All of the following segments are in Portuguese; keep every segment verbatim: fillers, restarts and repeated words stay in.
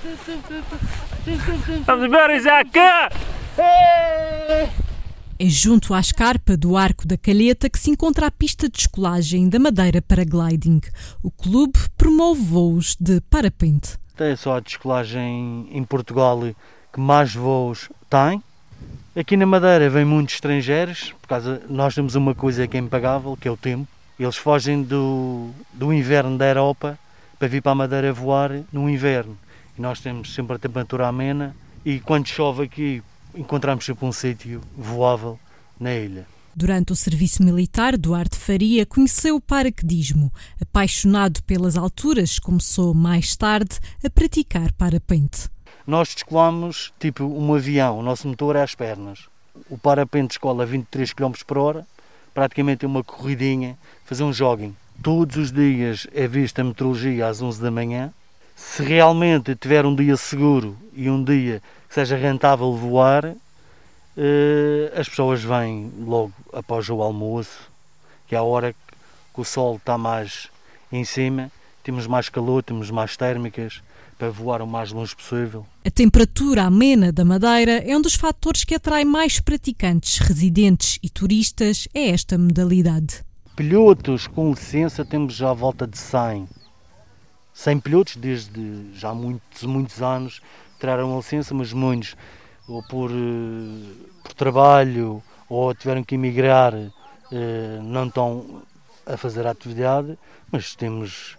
Vamos embora, Isaac! É junto à escarpa do Arco da Calheta que se encontra a pista de escolagem da Madeira Paragliding. O clube promove voos de parapente. É só a descolagem em Portugal que mais voos tem. Aqui na Madeira vêm muitos estrangeiros, por causa nós temos uma coisa que é impagável, que é o tempo. Eles fogem do, do inverno da Europa para vir para a Madeira voar no inverno. E nós temos sempre a temperatura amena e quando chove aqui encontramos sempre um sítio voável na ilha. Durante o serviço militar, Duarte Faria conheceu o paraquedismo. Apaixonado pelas alturas, começou mais tarde a praticar parapente. Nós descolamos tipo um avião, o nosso motor é às pernas. O parapente descola a vinte e três quilómetros por hora, praticamente é uma corridinha, fazer um jogging. Todos os dias é vista a meteorologia às onze da manhã. Se realmente tiver um dia seguro e um dia que seja rentável voar, as pessoas vêm logo após o almoço, que é a hora que o sol está mais em cima, temos mais calor, temos mais térmicas para voar o mais longe possível. A temperatura amena da Madeira é um dos fatores que atrai mais praticantes, residentes e turistas a esta modalidade. Pilotos com licença temos já à volta de cem. cem pilotos desde já muitos, muitos anos tiraram a licença, mas muitos ou por, por trabalho ou tiveram que emigrar, não estão a fazer a atividade, mas temos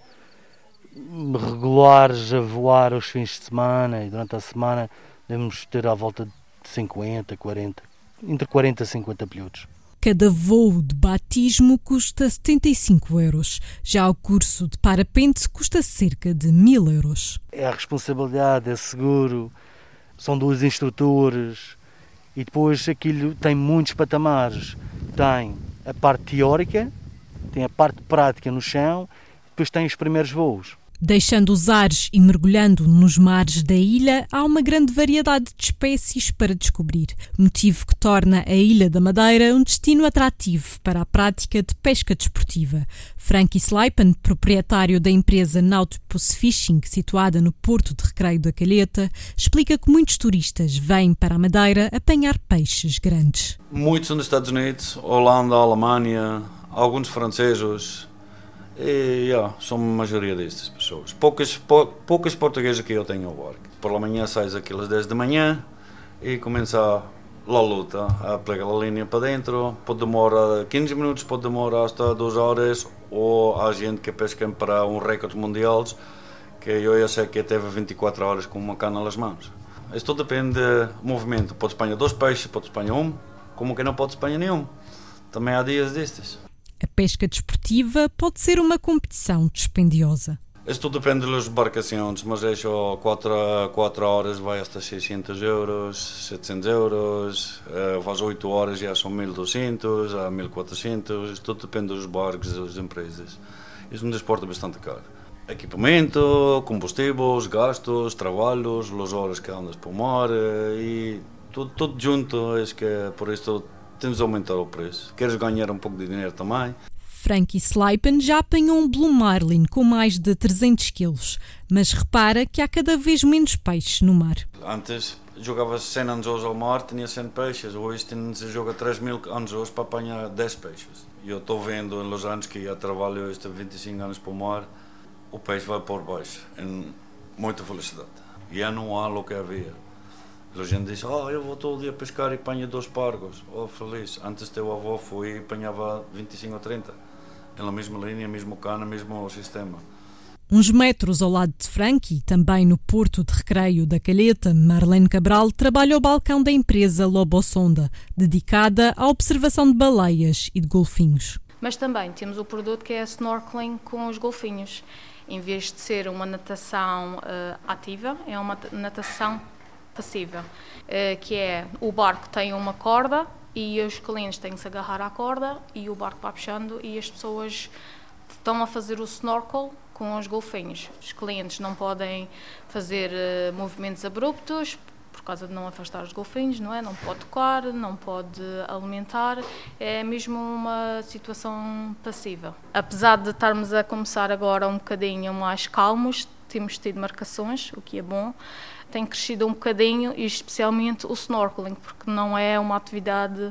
regulares a voar aos fins de semana e durante a semana devemos ter à volta de cinquenta, quarenta, entre quarenta e cinquenta pilotos. Cada voo de batismo custa setenta e cinco euros. Já o curso de parapente custa cerca de mil euros. É a responsabilidade, é seguro, são dois instrutores e depois aquilo tem muitos patamares. Tem a parte teórica, tem a parte prática no chão, depois tem os primeiros voos. Deixando os ares e mergulhando nos mares da ilha, há uma grande variedade de espécies para descobrir, motivo que torna a Ilha da Madeira um destino atrativo para a prática de pesca desportiva. Frankie Sleipen, proprietário da empresa Nautipus Fishing, situada no Porto de Recreio da Calheta, explica que muitos turistas vêm para a Madeira apanhar peixes grandes. Muitos são dos Estados Unidos, Holanda, Alemanha, alguns franceses. E yeah, são a maioria destas pessoas. Poucas, pou, poucas portuguesas que eu tenho ao barco. Por la manhã sais aqui às dez da manhã e começa a luta, a pegar a linha para dentro. Pode demorar quinze minutos, pode demorar hasta duas horas. Ou há gente que pesca para um recorde mundial, que eu já sei que teve vinte e quatro horas com uma cana nas mãos. Isso tudo depende do movimento. Pode apanhar dois peixes, pode apanhar um, como que não pode apanhar nenhum. Também há dias destes. A pesca desportiva pode ser uma competição dispendiosa. Isso tudo depende das embarcações, mas é só quatro horas vai até seiscentos euros, setecentos euros, faz oito horas já são mil e duzentos, a mil e quatrocentos, isso tudo depende dos barcos e das empresas. Isso é um desporto bastante caro. Equipamento, combustíveis, gastos, trabalhos, as horas que andas para o mar e tudo, tudo junto, é que por isso temos de aumentar o preço. Queres ganhar um pouco de dinheiro também? Frankie Sleipen já apanhou um Blue Marlin com mais de trezentos quilos, mas repara que há cada vez menos peixes no mar. Antes jogava cem anzós ao mar, tinha cem peixes. Hoje se joga três mil anzós para apanhar dez peixes. E eu estou vendo nos anos que eu trabalho estes vinte e cinco anos para o mar, o peixe vai por baixo, em muita velocidade. E já não há o que havia. A gente diz, oh, eu vou todo dia pescar e apanho dois pargos. Oh, feliz. Antes teu avô foi e apanhava vinte e cinco ou trinta. Na mesma linha, mesmo cano, mesmo sistema. Uns metros ao lado de Frankie, também no Porto de Recreio da Calheta, Marlene Cabral trabalha ao balcão da empresa Lobosonda, dedicada à observação de baleias e de golfinhos. Mas também temos o produto que é a snorkeling com os golfinhos. Em vez de ser uma natação uh, ativa, é uma natação passiva, uh, que é o barco tem uma corda e os clientes têm que se agarrar à corda e o barco vai puxando e as pessoas estão a fazer o snorkel com os golfinhos. Os clientes não podem fazer uh, movimentos abruptos por causa de não afastar os golfinhos, não é? Não pode tocar, não pode alimentar, é mesmo uma situação passiva. Apesar de estarmos a começar agora um bocadinho mais calmos, temos tido marcações, o que é bom. Tem crescido um bocadinho, e especialmente o snorkeling, porque não é uma atividade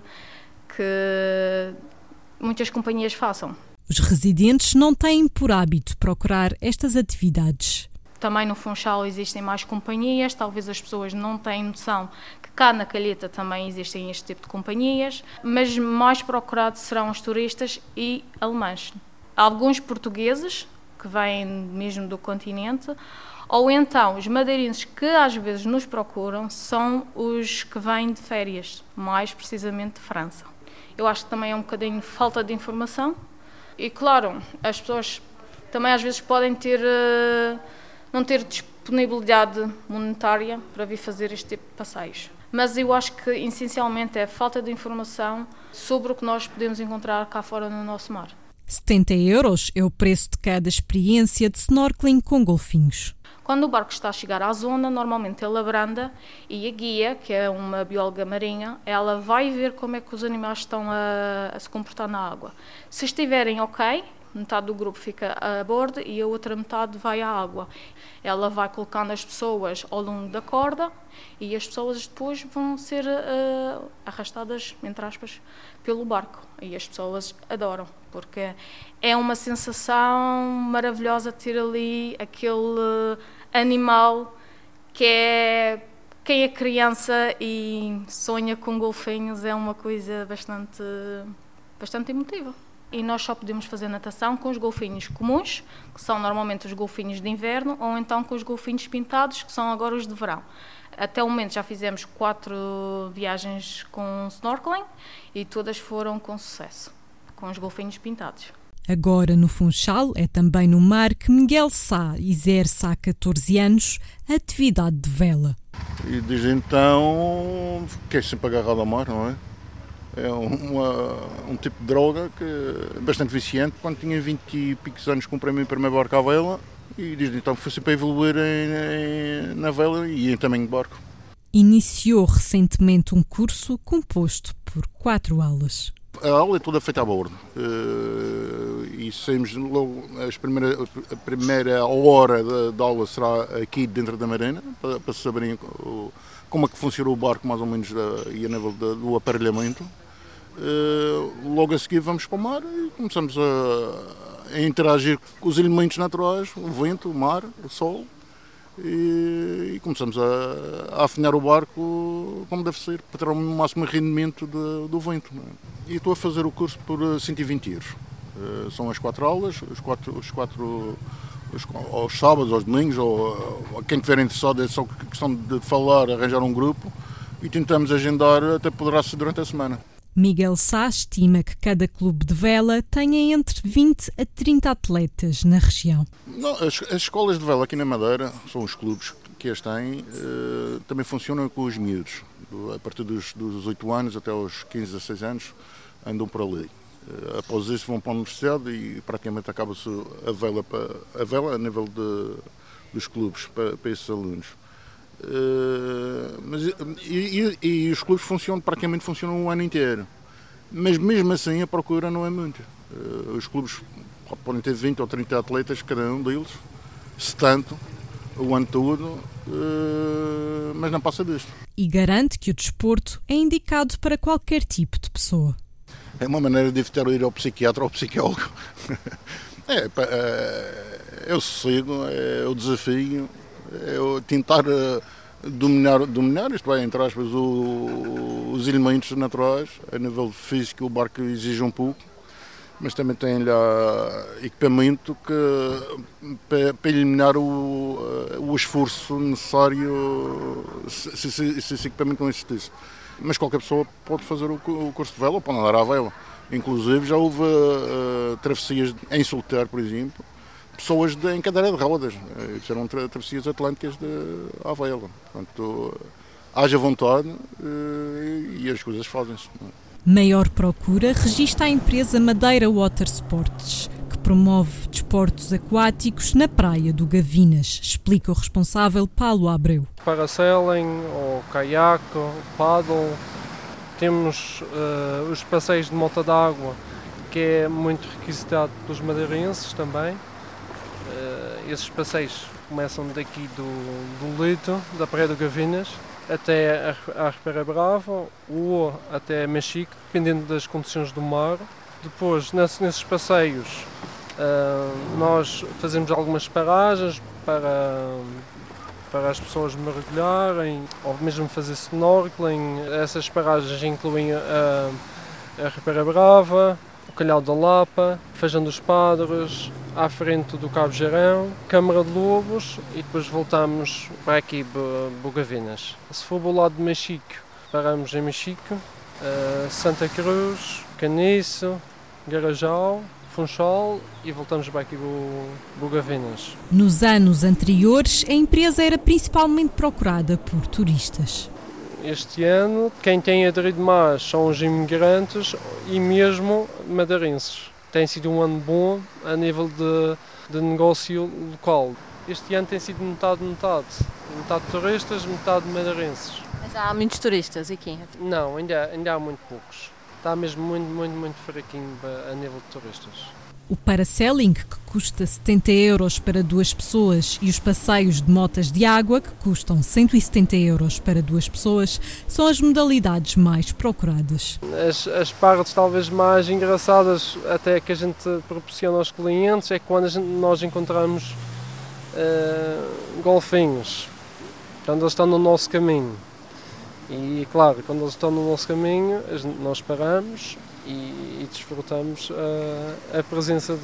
que muitas companhias façam. Os residentes não têm por hábito procurar estas atividades. Também no Funchal existem mais companhias, talvez as pessoas não tenham noção que cá na Calheta também existem este tipo de companhias, mas mais procurados serão os turistas e alemães. Alguns portugueses, que vêm mesmo do continente, ou então os madeirenses que às vezes nos procuram são os que vêm de férias, mais precisamente de França. Eu acho que também é um bocadinho de falta de informação e, claro, as pessoas também às vezes podem ter... não ter disponibilidade monetária para vir fazer este tipo de passeios. Mas eu acho que, essencialmente, é a falta de informação sobre o que nós podemos encontrar cá fora no nosso mar. setenta euros é o preço de cada experiência de snorkeling com golfinhos. Quando o barco está a chegar à zona, normalmente ele abranda e a guia, que é uma bióloga marinha, ela vai ver como é que os animais estão a, a se comportar na água. Se estiverem ok, metade do grupo fica a bordo e a outra metade vai à água. Ela vai colocando as pessoas ao longo da corda e as pessoas depois vão ser uh, arrastadas, entre aspas, pelo barco. E as pessoas adoram, porque é uma sensação maravilhosa ter ali aquele animal que é... Quem é criança e sonha com golfinhos é uma coisa bastante, bastante emotiva. E nós só podemos fazer natação com os golfinhos comuns, que são normalmente os golfinhos de inverno, ou então com os golfinhos pintados, que são agora os de verão. Até o momento já fizemos quatro viagens com snorkeling e todas foram com sucesso, com os golfinhos pintados. Agora no Funchal é também no mar que Miguel Sá exerce há catorze anos a atividade de vela. E desde então fiquei sempre agarrado ao mar, não é? É uma, um tipo de droga que é bastante viciante. Quando tinha vinte e picos anos comprei o meu primeiro barco à vela e desde então fui sempre a evoluir em, em, na vela e em tamanho de barco. Iniciou recentemente um curso composto por quatro aulas. A aula é toda feita a bordo e saímos logo, as primeira, a primeira hora da, da aula será aqui dentro da marina para, para saberem como é que funciona o barco mais ou menos e a nível do aparelhamento. Uh, logo a seguir vamos para o mar e começamos a, a interagir com os elementos naturais, o vento, o mar, o sol, e, e começamos a, a afinar o barco como deve ser, para ter o máximo rendimento de, do vento. Não é? E estou a fazer o curso por cento e vinte euros. Uh, são as quatro aulas, os quatro, os quatro os, aos sábados, aos domingos, ou, ou quem estiver interessado, é só questão de falar, arranjar um grupo e tentamos agendar, até poderá ser durante a semana. Miguel Sá estima que cada clube de vela tenha entre vinte a trinta atletas na região. Não, as, as escolas de vela aqui na Madeira, são os clubes que as têm, uh, também funcionam com os miúdos. A partir dos, dos oito anos até aos quinze, dezasseis anos andam por ali. Uh, após isso vão para a universidade e praticamente acaba-se a vela, para, a vela a nível de, dos clubes para, para esses alunos. Uh, mas, e, e, e os clubes funcionam, praticamente funcionam o ano inteiro, mas mesmo assim a procura não é muita. Uh, os clubes podem ter vinte ou trinta atletas, cada um deles, se tanto, o ano todo, uh, mas não passa disto. E garante que o desporto é indicado para qualquer tipo de pessoa. É uma maneira de evitar ir ao psiquiatra ou ao psicólogo. é, é, é o sossego, é o desafio, é o tentar dominar, dominar isto vai, entre aspas, o, os elementos naturais. A nível físico o barco exige um pouco, mas também tem lá equipamento que, para, para eliminar o, o esforço necessário se, se, se esse equipamento não existisse. Mas qualquer pessoa pode fazer o, o curso de vela ou pode andar à vela. Inclusive já houve uh, travessias em solteiro, por exemplo, pessoas de, em cadeira de rodas. Isso eram tra travessias atlânticas de, à vela. Portanto, haja vontade uh, e as coisas fazem-se. Maior procura registra a empresa Madeira Water Sports, que promove desportos aquáticos na praia do Gavinas, explica o responsável Paulo Abreu. Parasailing, ou caiaque, ou paddle. Temos uh, os passeios de moto d'água, que é muito requisitado pelos madeirenses também. Uh, esses passeios começam daqui do, do Lito, da Praia do Gavinas, até a, a Ribeira Brava ou até Mexico, dependendo das condições do mar. Depois, nesse, nesses passeios, uh, nós fazemos algumas paragens para, para as pessoas mergulharem ou mesmo fazer snorkeling. Essas paragens incluem a, a Ribeira Brava, o Calhau da Lapa, Feijão dos Padres, à frente do Cabo Geirão, Câmara de Lobos e depois voltamos para aqui, Bugavinas. Se for do lado de Mexico, paramos em Mexico, uh, Santa Cruz, Caniço, Garajal, Funchal e voltamos para aqui Bugavinas. Nos anos anteriores, a empresa era principalmente procurada por turistas. Este ano, quem tem aderido mais são os imigrantes e mesmo madeirenses. Tem sido um ano bom a nível de, de negócio local. Este ano tem sido metade-metade. Metade turistas, metade madeirenses. Mas há muitos turistas aqui? Não, ainda, ainda há muito poucos. Está mesmo muito, muito, muito fraquinho a nível de turistas. O parasailing, que custa setenta euros para duas pessoas, e os passeios de motas de água, que custam cento e setenta euros para duas pessoas, são as modalidades mais procuradas. As, as partes talvez mais engraçadas até que a gente proporciona aos clientes é quando a gente, nós encontramos uh, golfinhos, quando eles estão no nosso caminho. E claro, quando eles estão no nosso caminho, nós paramos e, e desfrutamos a, a presença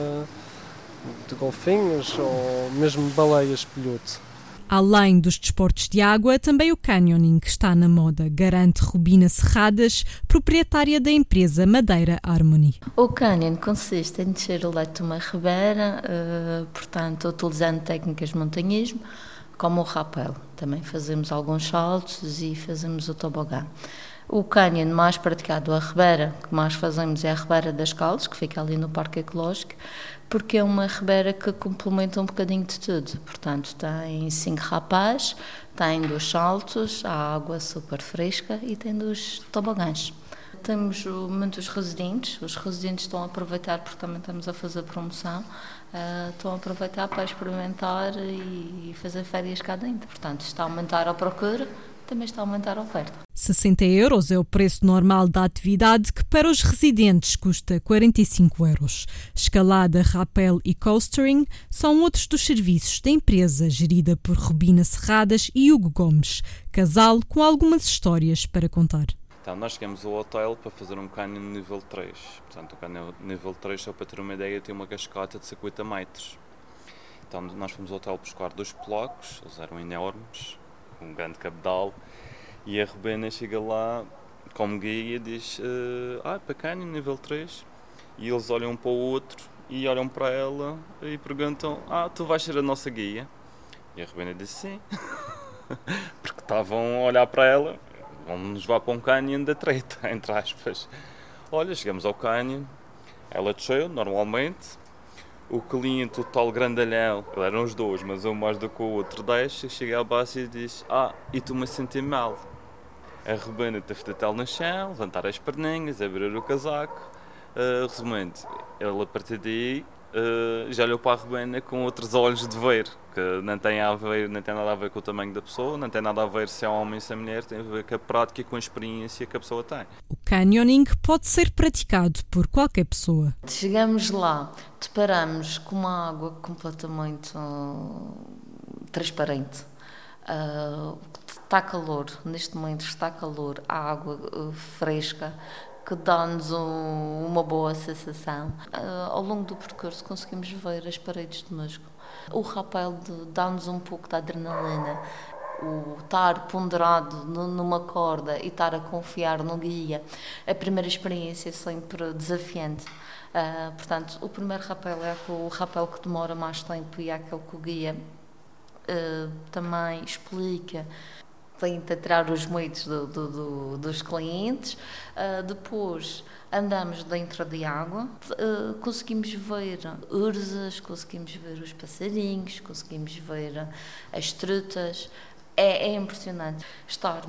de, de golfinhos ou mesmo baleias-pilhote. Além dos desportos de água, também o canyoning está na moda, garante Rubina Serradas, proprietária da empresa Madeira Harmony. O canyon consiste em descer o leito de uma ribeira, uh, portanto, utilizando técnicas de montanhismo, como o rapel. Também fazemos alguns saltos e fazemos o tobogã. O canyon mais praticado, a ribeira que mais fazemos é a Ribeira das Caldas, que fica ali no Parque Ecológico, porque é uma ribeira que complementa um bocadinho de tudo. Portanto, tem cinco rapés, tem dos saltos, a água super fresca e tem dos tobogãs. Temos muitos residentes, os residentes estão a aproveitar, porque também estamos a fazer promoção, uh, estão a aproveitar para experimentar e fazer férias cá dentro. Portanto, está a aumentar a procura, também está a aumentar a oferta. sessenta euros é o preço normal da atividade, que para os residentes custa quarenta e cinco euros. Escalada, rapel e coastering são outros dos serviços da empresa, gerida por Rubina Serradas e Hugo Gomes, casal com algumas histórias para contar. Então, nós chegamos ao hotel para fazer um cânion nível três. Portanto, o cânion nível três, só para ter uma ideia, tem uma cascata de cinquenta metros. Então, nós fomos ao hotel buscar dois blocos, eles eram enormes, um grande cabedal, e a Rubina chega lá como guia e diz uh, ah, para cânion nível três. E eles olham um para o outro e olham para ela e perguntam, ah, tu vais ser a nossa guia? E a Rubina disse sim, porque estavam a olhar para ela. Vamos nos vá para um cânion da treta, entre aspas. Olha, chegamos ao cânion, ela desceu, normalmente. O cliente, o tal grandalhão, eram os dois, mas um mais do que o outro, desce, chega à base e diz, ah, e tu me senti mal. A Rubina teve de deitar no chão, levantar as perninhas, abrir o casaco. Uh, resumindo, ele a partir daí uh, já olhou para a Rubina com outros olhos de ver, que não tem, a ver, não tem nada a ver com o tamanho da pessoa, não tem nada a ver se é homem ou se é mulher, tem a ver com a prática e com a experiência que a pessoa tem. O canyoning pode ser praticado por qualquer pessoa. Chegamos lá, deparamos com uma água completamente uh, transparente. Uh, está calor, neste momento está calor, a água uh, fresca, que dá-nos um, uma boa sensação. Uh, ao longo do percurso conseguimos ver as paredes de musgo. O rapel dá-nos um pouco de adrenalina. O estar ponderado numa corda e estar a confiar no guia. A primeira experiência é sempre desafiante. Uh, portanto, o primeiro rapel é o rapel que demora mais tempo e é aquele que o guia uh, também explica. Tenta tirar os medos do, do, do, dos clientes. Uh, depois andamos dentro de água, uh, conseguimos ver urzas, conseguimos ver os passarinhos, conseguimos ver as trutas. É, é impressionante estarmos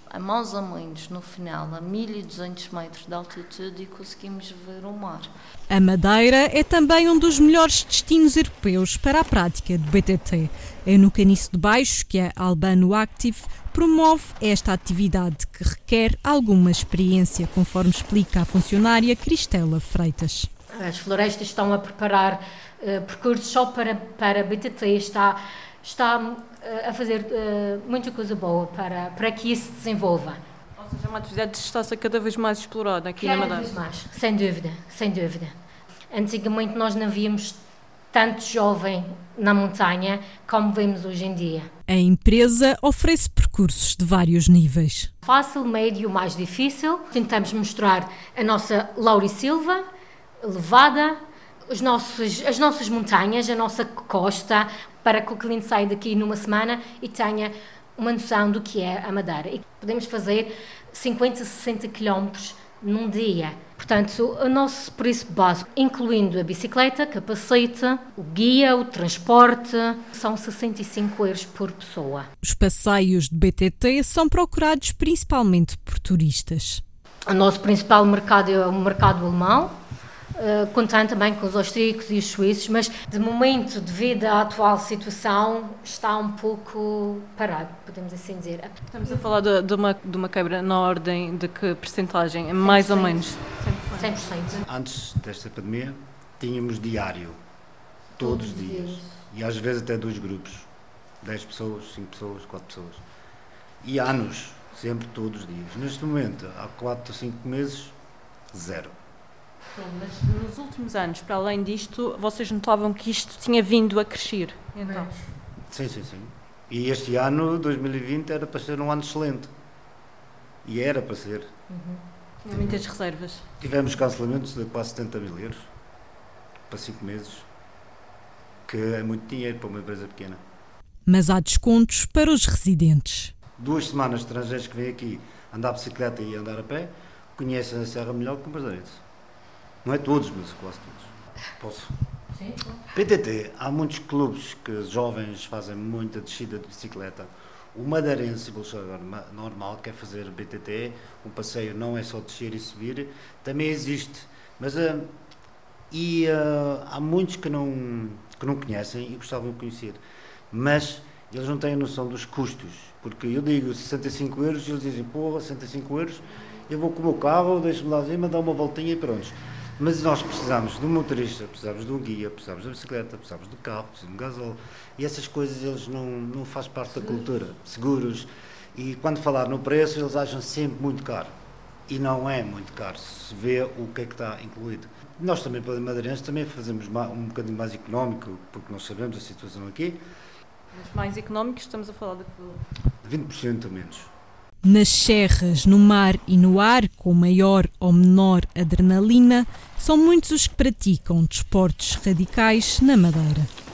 a mais ou menos no final a mil e duzentos metros de altitude e conseguimos ver o mar. A Madeira é também um dos melhores destinos europeus para a prática de B T T. É no Caniço de Baixo que a Albano Active promove esta atividade que requer alguma experiência, conforme explica a funcionária Cristela Freitas. As florestas estão a preparar uh, percursos só para, para B T T, está, está uh, a fazer uh, muita coisa boa para, para que isso se desenvolva. Ou seja, uma atividade que está a ser cada vez mais explorada aqui na Madeira. Cada vez mais, sem dúvida, sem dúvida. Antigamente nós não víamos tanto jovem na montanha como vemos hoje em dia. A empresa oferece percursos de vários níveis. Fácil, médio, mais difícil. Tentamos mostrar a nossa Laurisilva, elevada, os nossos, as nossas montanhas, a nossa costa, para que o cliente saia daqui numa semana e tenha uma noção do que é a Madeira. E podemos fazer cinquenta, sessenta quilómetros num dia. Portanto, o nosso preço básico, incluindo a bicicleta, capacete, o guia, o transporte, são sessenta e cinco euros por pessoa. Os passeios de B T T são procurados principalmente por turistas. O nosso principal mercado é o mercado alemão, contando também com os austríacos e os suíços, mas de momento, devido à atual situação, está um pouco parado, podemos assim dizer. Estamos a falar de, de, uma, de uma quebra na ordem de que percentagem? Mais ou menos? cem por cento. Antes desta pandemia, tínhamos diário, todos os dias, e às vezes até dois grupos, dez pessoas, cinco pessoas, quatro pessoas, e anos, sempre todos os dias. Neste momento, há quatro ou cinco meses, zero. Mas nos últimos anos, para além disto, vocês notavam que isto tinha vindo a crescer? Então. Sim, sim, sim. E este ano, dois mil e vinte, era para ser um ano excelente. E era para ser. Uhum. Tinha muitas reservas. Tivemos cancelamentos de quase setenta mil euros para cinco meses, que é muito dinheiro para uma empresa pequena. Mas há descontos para os residentes. Duas semanas estrangeiros que vêm aqui andar a bicicleta e andar a pé, conhecem a Serra melhor que um brasileiro. Não é todos, mas quase todos. Posso? Sim. B T T, há muitos clubes que os jovens fazem muita descida de bicicleta. O madeirense, vou chamar normal, quer fazer B T T, um passeio não é só descer e subir, também existe. Mas uh, e, uh, há muitos que não, que não conhecem e gostavam de conhecer. Mas eles não têm a noção dos custos. Porque eu digo sessenta e cinco euros e eles dizem, porra, sessenta e cinco euros, eu vou com o meu carro, deixo-me lá cima, dar uma voltinha e pronto. Mas nós precisamos de um motorista, precisamos de um guia, precisamos da bicicleta, precisamos do carro, precisamos de um gasóleo. E essas coisas eles não, não fazem parte da cultura. Seguros. E quando falar no preço, eles acham sempre muito caro. E não é muito caro, se vê o que é que está incluído. Nós também, para madeirenses, também fazemos um bocadinho mais económico, porque nós sabemos a situação aqui. Mas mais económicos, estamos a falar de vinte por cento a menos. Nas serras, no mar e no ar, com maior ou menor adrenalina, são muitos os que praticam desportos radicais na Madeira.